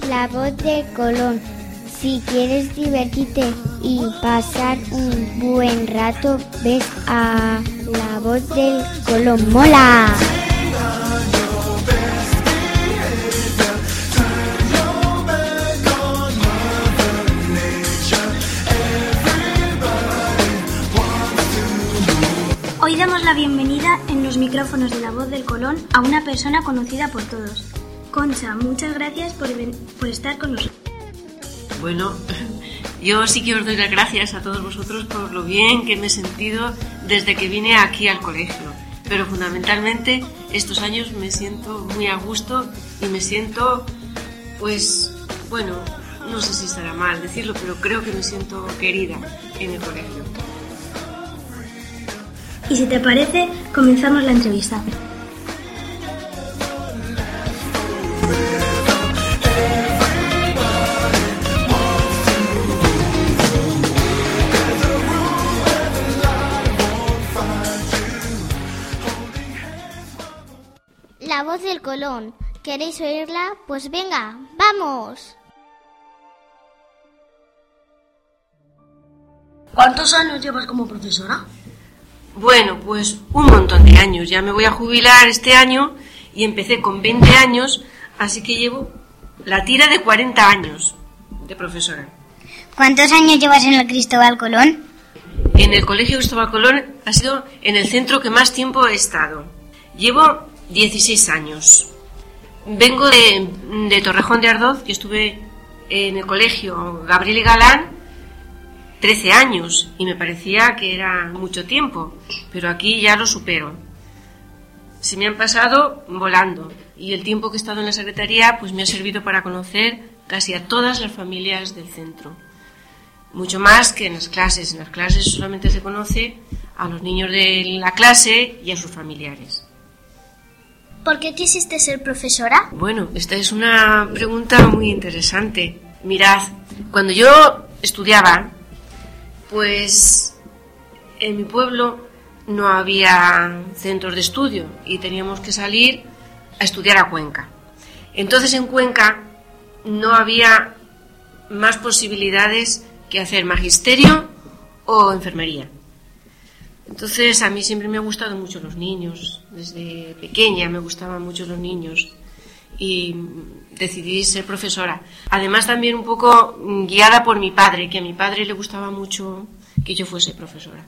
La Voz del Colón. Si quieres divertirte y pasar un buen rato, ves a La Voz del Colón. ¡Mola! Hoy damos la bienvenida en los micrófonos de La Voz del Colón a una persona conocida por todos. Concha, muchas gracias por estar con nosotros. Bueno, yo sí que os doy las gracias a todos vosotros por lo bien que me he sentido desde que vine aquí al colegio. Pero fundamentalmente estos años me siento muy a gusto y me siento, pues, bueno, no sé si estará mal decirlo, pero creo que me siento querida en el colegio. Y si te parece, comenzamos la entrevista. La Voz del Colón. ¿Queréis oírla? Pues venga, ¡vamos! ¿Cuántos años llevas como profesora? Bueno, pues un montón de años. Ya me voy a jubilar este año y empecé con 20 años, así que llevo la tira de 40 años de profesora. ¿Cuántos años llevas en el Cristóbal Colón? En el Colegio Cristóbal Colón ha sido en el centro que más tiempo he estado. Llevo 16 años. Vengo de Torrejón de Ardoz, que estuve en el colegio Gabriel y Galán 13 años y me parecía que era mucho tiempo, pero aquí ya lo supero. Se me han pasado volando y el tiempo que he estado en la secretaría pues me ha servido para conocer casi a todas las familias del centro. Mucho más que en las clases. En las clases solamente se conoce a los niños de la clase y a sus familiares. ¿Por qué quisiste ser profesora? Bueno, esta es una pregunta muy interesante. Mirad, cuando yo estudiaba, pues en mi pueblo no había centros de estudio y teníamos que salir a estudiar a Cuenca. Entonces en Cuenca no había más posibilidades que hacer magisterio o enfermería. Entonces a mí siempre me han gustado mucho los niños, desde pequeña me gustaban mucho los niños y decidí ser profesora. Además también un poco guiada por mi padre, que a mi padre le gustaba mucho que yo fuese profesora.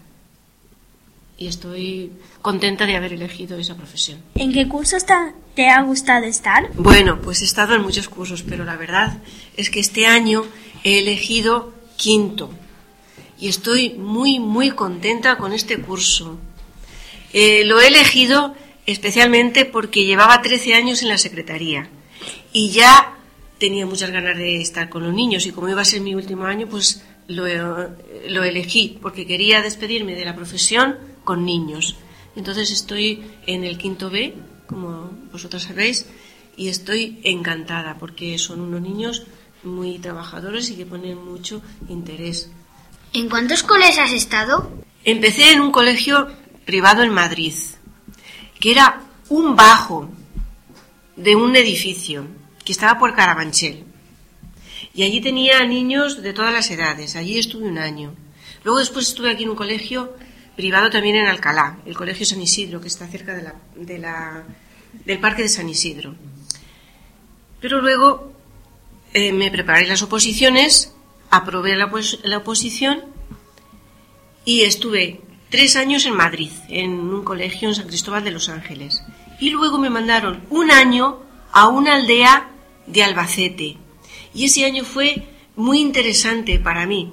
Y estoy contenta de haber elegido esa profesión. ¿En qué cursos te ha gustado estar? Bueno, pues he estado en muchos cursos, pero la verdad es que este año he elegido quinto. Y estoy muy, muy contenta con este curso. Lo he elegido especialmente porque llevaba 13 años en la secretaría y ya tenía muchas ganas de estar con los niños y como iba a ser mi último año, pues lo elegí porque quería despedirme de la profesión con niños. Entonces estoy en el quinto B, como vosotros sabéis, y estoy encantada porque son unos niños muy trabajadores y que ponen mucho interés. ¿En cuántos colegios has estado? Empecé en un colegio privado en Madrid, que era un bajo de un edificio que estaba por Carabanchel. Y allí tenía niños de todas las edades. Allí estuve un año. Luego después estuve aquí en un colegio privado también en Alcalá, el Colegio San Isidro, que está cerca del Parque de San Isidro. Pero luego me preparé las oposiciones, aprobé la oposición y estuve 3 años en Madrid, en un colegio en San Cristóbal de los Ángeles. Y luego me mandaron un año a una aldea de Albacete. Y ese año fue muy interesante para mí,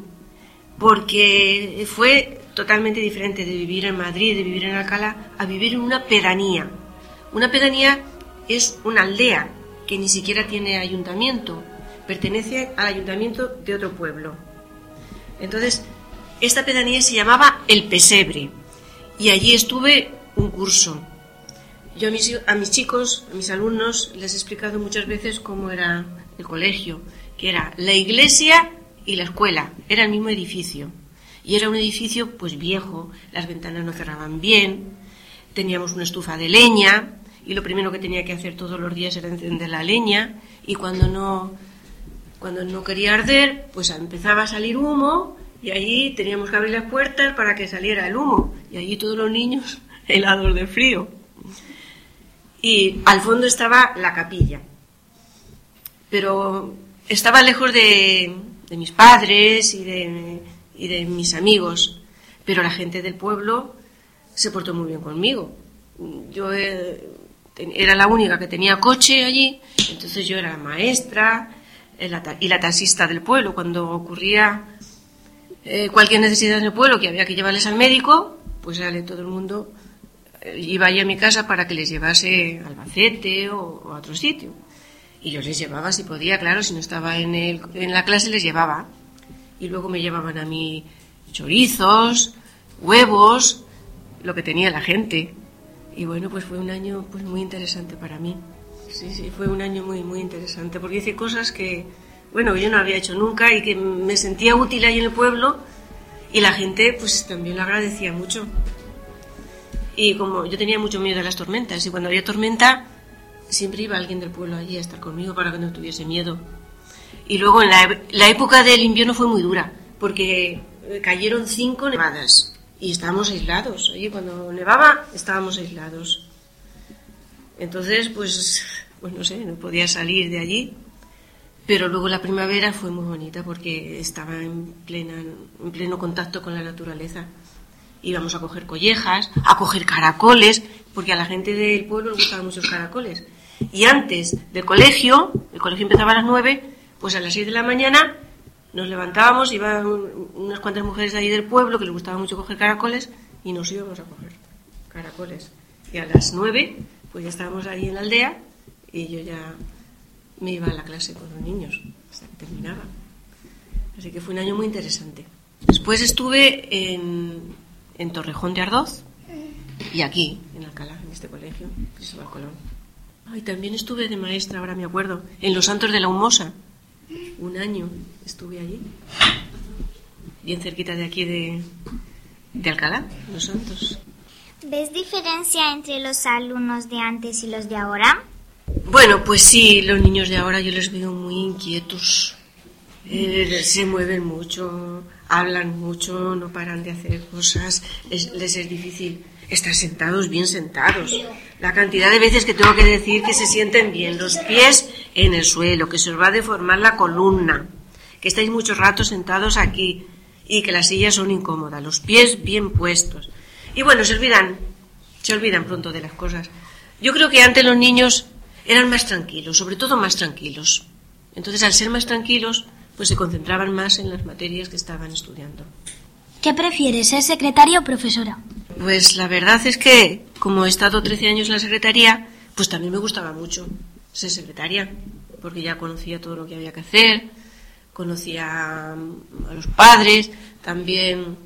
porque fue totalmente diferente de vivir en Madrid, de vivir en Alcalá, a vivir en una pedanía. Una pedanía es una aldea que ni siquiera tiene ayuntamiento, pertenece al ayuntamiento de otro pueblo. Entonces, esta pedanía se llamaba El Pesebre y allí estuve un curso. Yo a mis chicos, a mis alumnos, les he explicado muchas veces cómo era el colegio, que era la iglesia y la escuela, era el mismo edificio. Y era un edificio pues viejo, las ventanas no cerraban bien, teníamos una estufa de leña y lo primero que tenía que hacer todos los días era encender la leña y cuando no Cuando no quería arder, pues empezaba a salir humo y allí teníamos que abrir las puertas para que saliera el humo. Y allí todos los niños helados de frío. Y al fondo estaba la capilla. Pero estaba lejos de mis padres y de mis amigos. Pero la gente del pueblo se portó muy bien conmigo. Yo era la única que tenía coche allí, entonces yo era la maestra y la taxista del pueblo. Cuando ocurría cualquier necesidad en el pueblo que había que llevarles al médico, pues todo el mundo iba allí a mi casa para que les llevase a Albacete o a otro sitio. Y yo les llevaba si podía, claro, si no estaba en la clase les llevaba. Y luego me llevaban a mí chorizos, huevos, lo que tenía la gente. Y bueno, pues fue un año pues muy interesante para mí. Sí, fue un año muy, muy interesante, porque hice cosas que, bueno, yo no había hecho nunca y que me sentía útil ahí en el pueblo, y la gente pues también lo agradecía mucho. Y como yo tenía mucho miedo a las tormentas, y cuando había tormenta siempre iba alguien del pueblo allí a estar conmigo para que no tuviese miedo. Y luego en la época del invierno fue muy dura, porque cayeron 5 nevadas y estábamos aislados. Allí cuando nevaba estábamos aislados. Entonces, pues no sé, no podía salir de allí. Pero luego la primavera fue muy bonita porque estaba en pleno contacto con la naturaleza. Íbamos a coger collejas, a coger caracoles, porque a la gente del pueblo le gustaban mucho los caracoles. Y antes del colegio, el colegio empezaba a las 9, pues a las 6 de la mañana nos levantábamos, iban unas cuantas mujeres de ahí del pueblo que les gustaba mucho coger caracoles y nos íbamos a coger caracoles. Y a las 9, pues ya estábamos ahí en la aldea y yo ya me iba a la clase con los niños hasta que terminaba. Así que fue un año muy interesante. Después estuve en Torrejón de Ardoz y aquí, en Alcalá, en este colegio, Cristóbal Colón. Y también estuve de maestra, ahora me acuerdo, en Los Santos de la Humosa. Un año estuve allí, bien cerquita de aquí de Alcalá, Los Santos. ¿Ves diferencia entre los alumnos de antes y los de ahora? Bueno, pues sí, los niños de ahora yo les veo muy inquietos. Se mueven mucho, hablan mucho, no paran de hacer cosas. Les es difícil estar sentados, bien sentados. La cantidad de veces que tengo que decir que se sienten bien, los pies en el suelo, que se os va a deformar la columna, que estáis muchos ratos sentados aquí y que las sillas son incómodas, los pies bien puestos. Y bueno, se olvidan pronto de las cosas. Yo creo que antes los niños eran más tranquilos, sobre todo más tranquilos. Entonces, al ser más tranquilos, pues se concentraban más en las materias que estaban estudiando. ¿Qué prefieres, ser secretaria o profesora? Pues la verdad es que, como he estado 13 años en la secretaría, pues también me gustaba mucho ser secretaria, porque ya conocía todo lo que había que hacer, conocía a los padres, también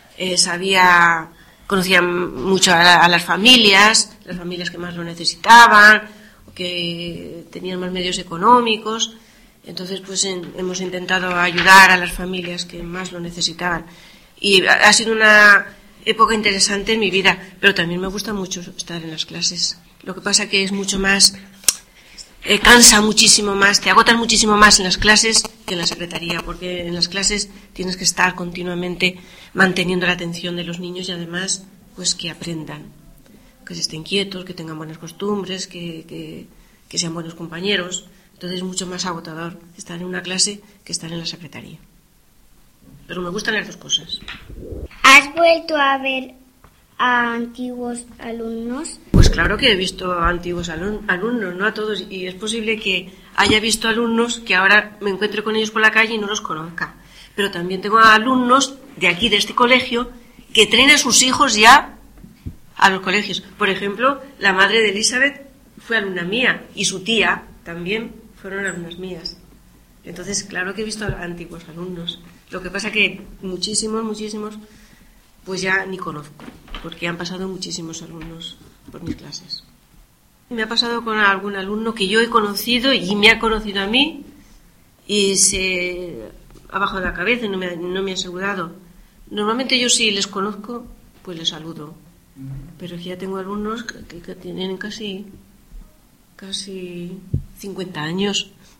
conocía mucho a las familias que más lo necesitaban, que tenían más medios económicos. Entonces, pues hemos intentado ayudar a las familias que más lo necesitaban. Y ha sido una época interesante en mi vida, pero también me gusta mucho estar en las clases. Lo que pasa que es mucho más, cansa muchísimo más, te agotas muchísimo más en las clases que en la secretaría, porque en las clases tienes que estar continuamente manteniendo la atención de los niños y además, pues que aprendan, que se estén quietos, que tengan buenas costumbres, que sean buenos compañeros. Entonces es mucho más agotador estar en una clase que estar en la secretaría. Pero me gustan las dos cosas. ¿Has vuelto a ver a antiguos alumnos? Pues claro que he visto a antiguos alumnos, no a todos. Y es posible que haya visto alumnos que ahora me encuentre con ellos por la calle y no los conozca. Pero también tengo alumnos de aquí, de este colegio, que traen a sus hijos ya a los colegios. Por ejemplo, la madre de Elizabeth fue alumna mía y su tía también fueron alumnas mías. Entonces, claro que he visto a antiguos alumnos. Lo que pasa que muchísimos, pues ya ni conozco, porque han pasado muchísimos alumnos por mis clases. Me ha pasado con algún alumno que yo he conocido y me ha conocido a mí y se ha bajado la cabeza y no me ha saludado. Normalmente yo si les conozco, pues les saludo. Pero ya tengo alumnos que tienen casi 50 años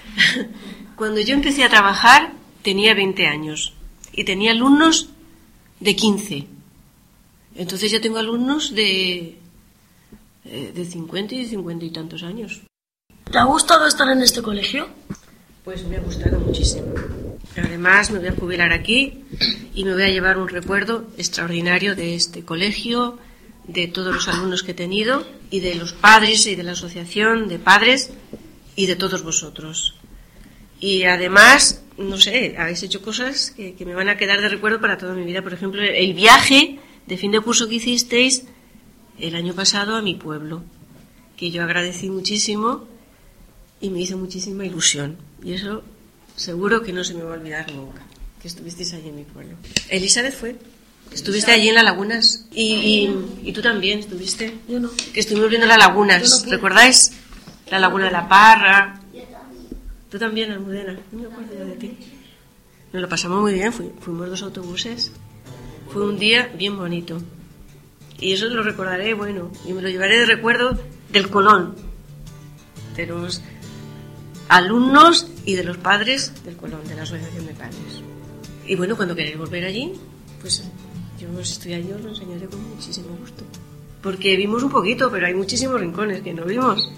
Cuando yo empecé a trabajar tenía 20 años y tenía alumnos de 15. Entonces ya tengo alumnos de 50 y 50 y tantos años. ¿Te ha gustado estar en este colegio? Pues me ha gustado muchísimo. Además me voy a jubilar aquí y me voy a llevar un recuerdo extraordinario de este colegio, de todos los alumnos que he tenido y de los padres y de la asociación de padres y de todos vosotros. Y además, no sé, habéis hecho cosas que me van a quedar de recuerdo para toda mi vida. Por ejemplo, el viaje de fin de curso que hicisteis el año pasado a mi pueblo, que yo agradecí muchísimo y me hizo muchísima ilusión. Y eso seguro que no se me va a olvidar nunca, que estuvisteis allí en mi pueblo. Elizabeth fue. Estuviste allí en las lagunas. Y tú también estuviste. Yo no. Que estuvimos viendo las lagunas. No. ¿Recordáis? La laguna de la Parra. Tú también, Almudena. No me acuerdo yo de ti. Nos lo pasamos muy bien. Fuimos 2 autobuses. Fue un día bien bonito. Y eso lo recordaré, bueno. Y me lo llevaré de recuerdo del Colón. De los alumnos y de los padres del Colón, de la asociación de padres. Y bueno, cuando queréis volver allí, pues yo os estoy allí, os lo enseñaré con muchísimo gusto. Porque vimos un poquito, pero hay muchísimos rincones que no vimos.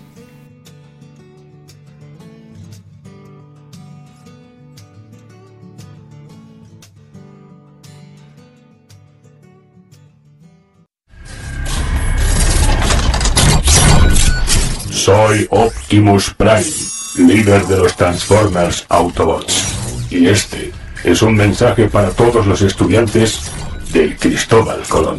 Soy Optimus Prime, líder de los Transformers Autobots. Y este es un mensaje para todos los estudiantes del Cristóbal Colón.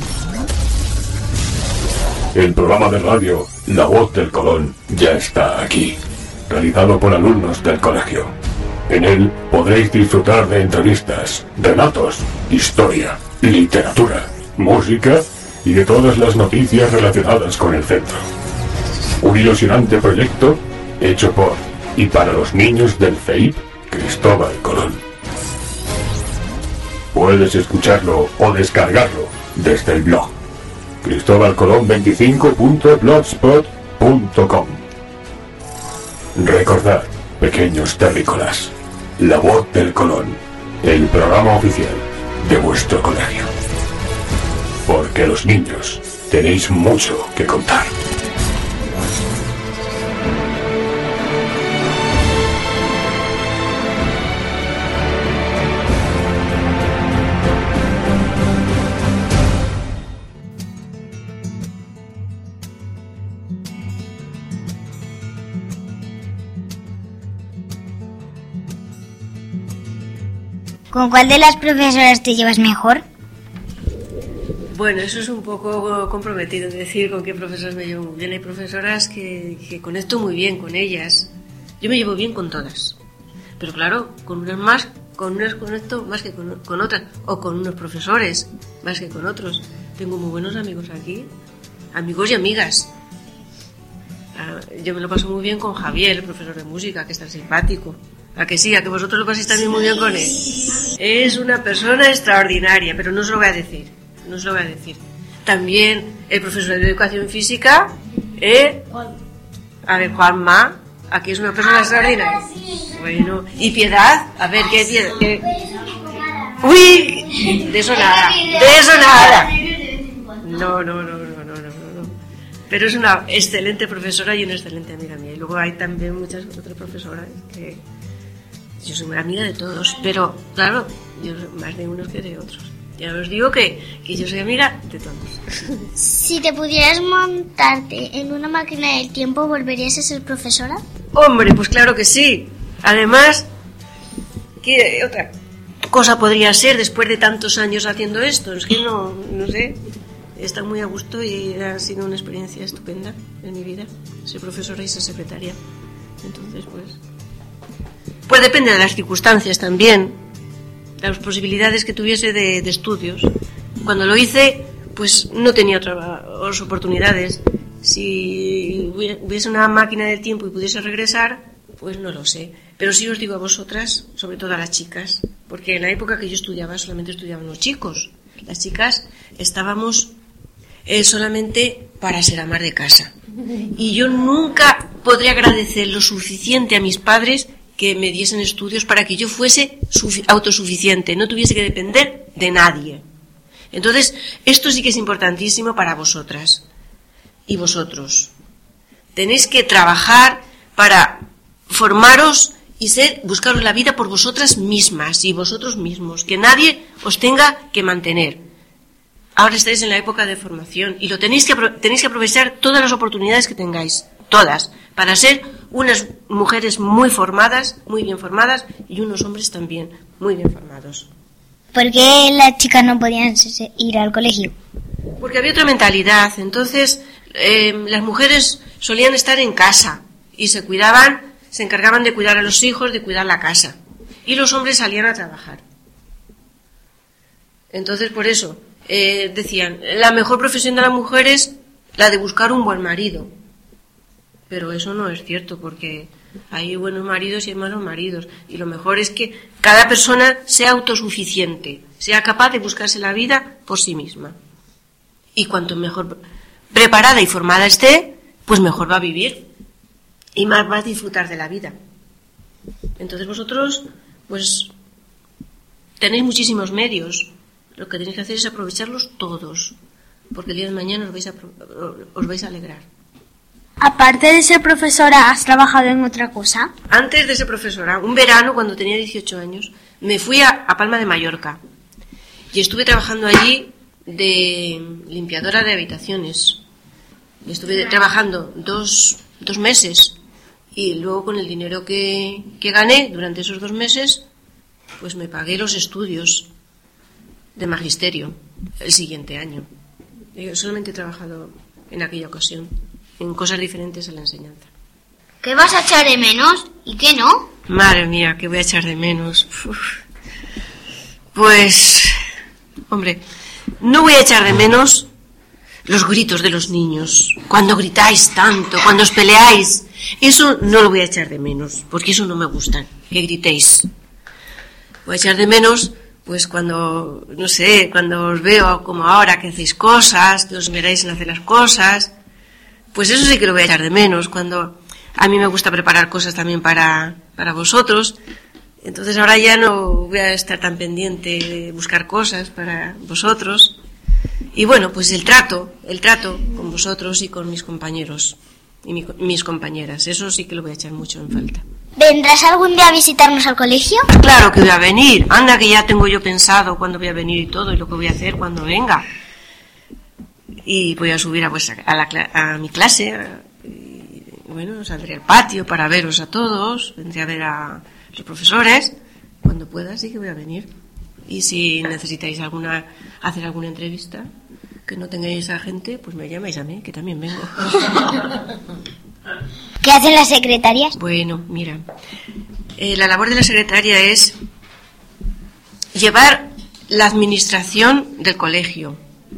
El programa de radio La Voz del Colón ya está aquí, realizado por alumnos del colegio. En él podréis disfrutar de entrevistas, relatos, historia, literatura, música y de todas las noticias relacionadas con el centro. Un ilusionante proyecto hecho por y para los niños del CEIP Cristóbal Colón. Puedes escucharlo o descargarlo desde el blog cristobalcolón25.blogspot.com. Recordad, pequeños terrícolas, La Voz del Colón, el programa oficial de vuestro colegio. Porque los niños tenéis mucho que contar. ¿Con cuál de las profesoras te llevas mejor? Bueno, eso es un poco comprometido, decir con qué profesoras me llevo muy bien. Hay profesoras que conecto muy bien con ellas. Yo me llevo bien con todas. Pero claro, con unas conecto más que con otras. O con unos profesores más que con otros. Tengo muy buenos amigos aquí. Amigos y amigas. Yo me lo paso muy bien con Javier, el profesor de música, que es tan simpático. ¿A que sí? ¿A que vosotros lo paséis también muy bien con él? Es una persona extraordinaria, pero no os lo voy a decir. No os lo voy a decir. También el profesor de educación física, a ver, Juanma, aquí es una persona extraordinaria. Bueno, y Piedad, a ver, ¿qué Piedad? ¡Uy! De eso nada. No. Pero es una excelente profesora y una excelente amiga mía. Y luego hay también muchas otras profesoras que yo soy muy amiga de todos, pero claro, yo más de unos que de otros. Ya os digo que yo soy amiga de todos. Si te pudieras montarte en una máquina del tiempo, ¿volverías a ser profesora? Hombre, pues claro que sí. Además, ¿qué otra cosa podría ser después de tantos años haciendo esto? Es que no sé. He estado muy a gusto y ha sido una experiencia estupenda en mi vida, ser profesora y ser secretaria. Entonces, pues depende de las circunstancias también, de las posibilidades que tuviese de estudios. Cuando lo hice, pues no tenía otras oportunidades. Si hubiese una máquina del tiempo y pudiese regresar, pues no lo sé. Pero sí os digo a vosotras, sobre todo a las chicas, porque en la época que yo estudiaba solamente estudiaban los chicos. Las chicas estábamos solamente para ser amas de casa. Y yo nunca podré agradecer lo suficiente a mis padres que me diesen estudios para que yo fuese autosuficiente, no tuviese que depender de nadie. Entonces, esto sí que es importantísimo para vosotras y vosotros. Tenéis que trabajar para formaros y buscaros la vida por vosotras mismas y vosotros mismos, que nadie os tenga que mantener. Ahora estáis en la época de formación y tenéis que aprovechar todas las oportunidades que tengáis, todas, para ser unas mujeres muy formadas, muy bien formadas, y unos hombres también muy bien formados. ¿Por qué las chicas no podían ir al colegio? Porque había otra mentalidad. Entonces, las mujeres solían estar en casa y se encargaban de cuidar a los hijos, de cuidar la casa. Y los hombres salían a trabajar. Entonces, por eso, decían, la mejor profesión de la mujer es la de buscar un buen marido. Pero eso no es cierto, porque hay buenos maridos y hay malos maridos. Y lo mejor es que cada persona sea autosuficiente, sea capaz de buscarse la vida por sí misma. Y cuanto mejor preparada y formada esté, pues mejor va a vivir. Y más va a disfrutar de la vida. Entonces vosotros, pues, tenéis muchísimos medios. Lo que tenéis que hacer es aprovecharlos todos. Porque el día de mañana os vais a alegrar. Aparte de ser profesora, ¿has trabajado en otra cosa? Antes de ser profesora, un verano, cuando tenía 18 años, me fui a Palma de Mallorca y estuve trabajando allí de limpiadora de habitaciones. Estuve trabajando dos meses y luego con el dinero que gané durante esos 2 meses, pues me pagué los estudios de magisterio el siguiente año. Yo solamente he trabajado en aquella ocasión en cosas diferentes a la enseñanza. ¿Qué vas a echar de menos y qué no? Madre mía, ¿qué voy a echar de menos? Pues, hombre, no voy a echar de menos los gritos de los niños. Cuando gritáis tanto, cuando os peleáis, eso no lo voy a echar de menos, porque eso no me gusta, que gritéis. Voy a echar de menos, pues cuando, no sé, cuando os veo como ahora que hacéis cosas, que os miráis en hacer las cosas. Pues eso sí que lo voy a echar de menos, cuando a mí me gusta preparar cosas también para vosotros. Entonces ahora ya no voy a estar tan pendiente de buscar cosas para vosotros. Y bueno, pues el trato con vosotros y con mis compañeros y mis compañeras, eso sí que lo voy a echar mucho en falta. ¿Vendrás algún día a visitarnos al colegio? Claro que voy a venir, anda que ya tengo yo pensado cuándo voy a venir y todo, y lo que voy a hacer cuando venga. Y voy a subir a mi clase y bueno, saldré al patio para veros a todos, vendré a ver a los profesores, cuando pueda sí que voy a venir. Y si necesitáis hacer alguna entrevista que no tengáis a gente, pues me llamáis a mí, que también vengo. ¿Qué hacen las secretarias? Bueno, mira, la labor de la secretaria es llevar la administración del colegio,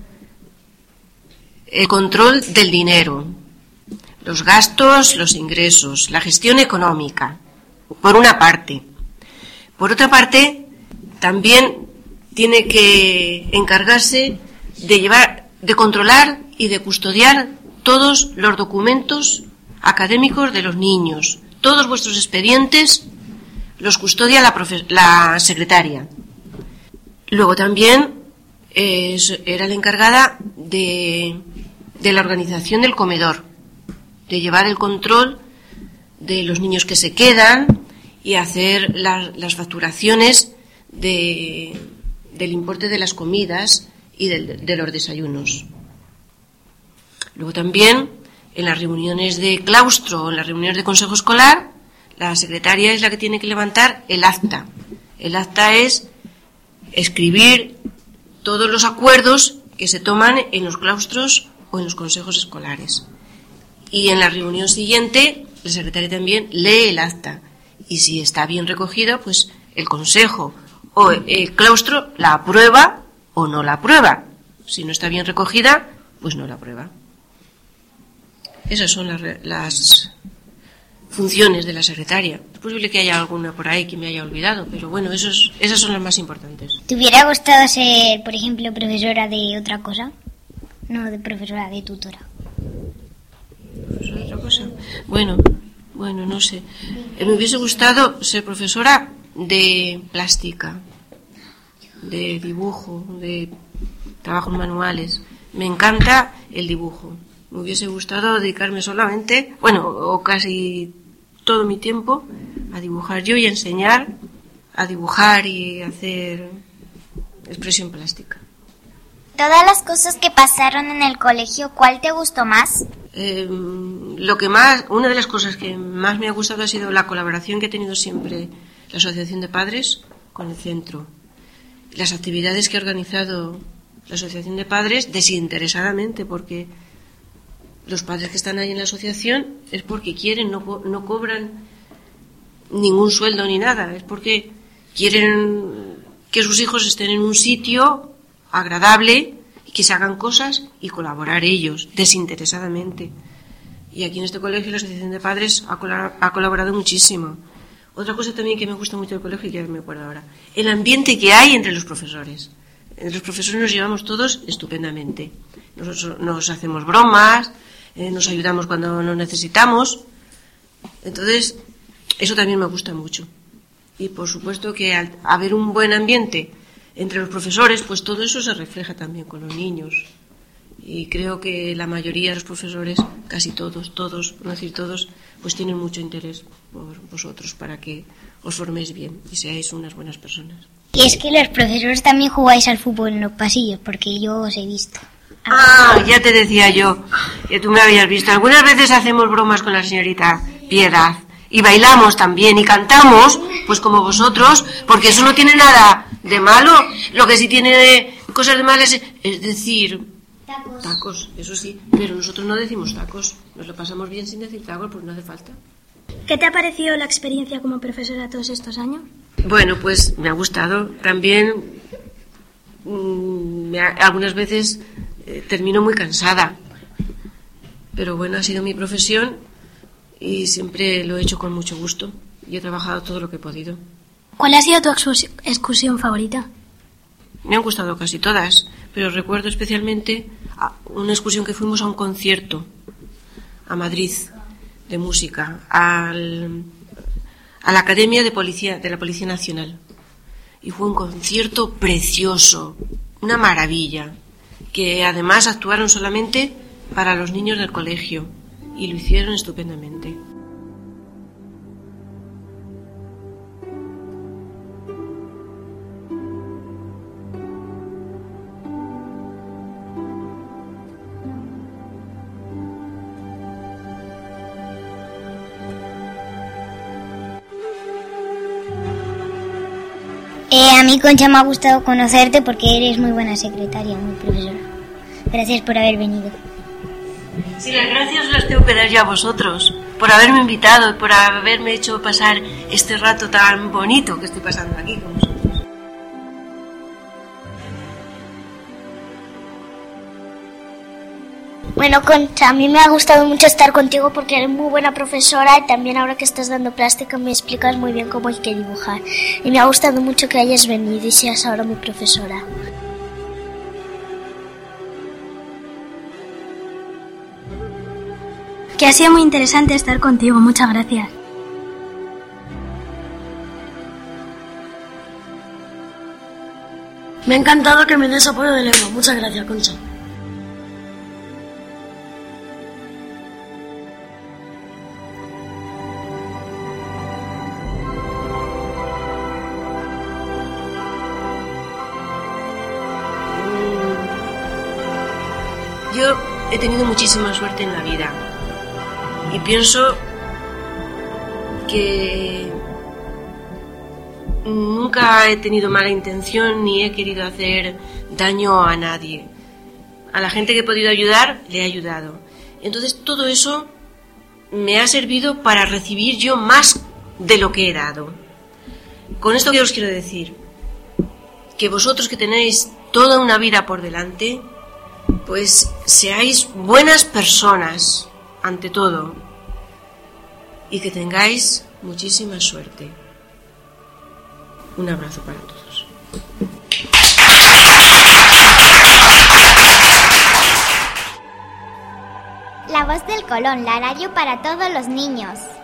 el control del dinero, los gastos, los ingresos, la gestión económica, por una parte. Por otra parte, también tiene que encargarse de controlar y de custodiar todos los documentos académicos de los niños. Todos vuestros expedientes los custodia la secretaria. Luego también era la encargada de la organización del comedor, de llevar el control de los niños que se quedan y hacer las facturaciones del importe de las comidas y de los desayunos. Luego también en las reuniones de claustro o en las reuniones de consejo escolar, la secretaria es la que tiene que levantar el acta. El acta es escribir todos los acuerdos que se toman en los claustros o en los consejos escolares. Y en la reunión siguiente, la secretaria también lee el acta. Y si está bien recogido, pues el consejo o el claustro la aprueba o no la aprueba. Si no está bien recogida, pues no la aprueba. Esas son las funciones de la secretaria. Es posible que haya alguna por ahí que me haya olvidado, pero bueno, esas son las más importantes. ¿Te hubiera gustado ser, por ejemplo, profesora de otra cosa? No, de profesora, de tutora. ¿Profesora de otra cosa? Bueno, Bueno, no sé. Me hubiese gustado ser profesora de plástica, de dibujo, de trabajos manuales. Me encanta el dibujo. Me hubiese gustado dedicarme solamente, bueno, o casi todo mi tiempo a dibujar yo y a enseñar a dibujar y hacer expresión plástica. Todas las cosas que pasaron en el colegio, ¿cuál te gustó más? Una de las cosas que más me ha gustado ha sido la colaboración que ha tenido siempre la Asociación de Padres con el centro. Las actividades que ha organizado la Asociación de Padres desinteresadamente, porque los padres que están ahí en la asociación es porque quieren, no cobran ningún sueldo ni nada, es porque quieren que sus hijos estén en un sitio agradable y que se hagan cosas y colaborar ellos desinteresadamente. Y aquí en este colegio la Asociación de Padres ha colaborado muchísimo. Otra cosa también que me gusta mucho del colegio, y que me acuerdo ahora, el ambiente que hay entre los profesores. Entre los profesores nos llevamos todos estupendamente. Nos hacemos bromas, nos ayudamos cuando nos necesitamos. Entonces, eso también me gusta mucho. Y por supuesto que al haber un buen ambiente entre los profesores, pues todo eso se refleja también con los niños. Y creo que la mayoría de los profesores, casi todos, por no decir todos, pues tienen mucho interés por vosotros para que os forméis bien y seáis unas buenas personas. Y es que los profesores también jugáis al fútbol en los pasillos, porque yo os he visto. Ah, ya te decía yo, que tú me habías visto. Algunas veces hacemos bromas con la señorita Piedad y bailamos también y cantamos, pues como vosotros, porque eso no tiene nada de malo. Lo que sí tiene de cosas de malas es decir tacos, eso sí, pero nosotros no decimos tacos, nos lo pasamos bien sin decir tacos, pues no hace falta. ¿Qué te ha parecido la experiencia como profesora todos estos años? Bueno, pues me ha gustado. También algunas veces termino muy cansada, pero bueno, ha sido mi profesión y siempre lo he hecho con mucho gusto y he trabajado todo lo que he podido. ¿Cuál ha sido tu excursión favorita? Me han gustado casi todas, pero recuerdo especialmente una excursión que fuimos a un concierto a Madrid de música, a la Academia de la Policía Nacional. Y fue un concierto precioso, una maravilla, que además actuaron solamente para los niños del colegio y lo hicieron estupendamente. A mí, Concha, me ha gustado conocerte porque eres muy buena secretaria, muy profesora. Gracias por haber venido. Sí, las gracias las tengo que dar yo a vosotros, por haberme invitado y por haberme hecho pasar este rato tan bonito que estoy pasando aquí con vosotros. Bueno, Concha, a mí me ha gustado mucho estar contigo porque eres muy buena profesora y también ahora que estás dando plástica me explicas muy bien cómo hay que dibujar. Y me ha gustado mucho que hayas venido y seas ahora mi profesora. Que ha sido muy interesante estar contigo, muchas gracias. Me ha encantado que me des apoyo de lengua. Muchas gracias, Concha. Yo he tenido muchísima suerte en la vida y pienso que nunca he tenido mala intención ni he querido hacer daño a nadie. A la gente que he podido ayudar, le he ayudado. Entonces todo eso me ha servido para recibir yo más de lo que he dado. Con esto que os quiero decir, que vosotros que tenéis toda una vida por delante, pues seáis buenas personas, ante todo, y que tengáis muchísima suerte. Un abrazo para todos. La Voz del Colón, la radio para todos los niños.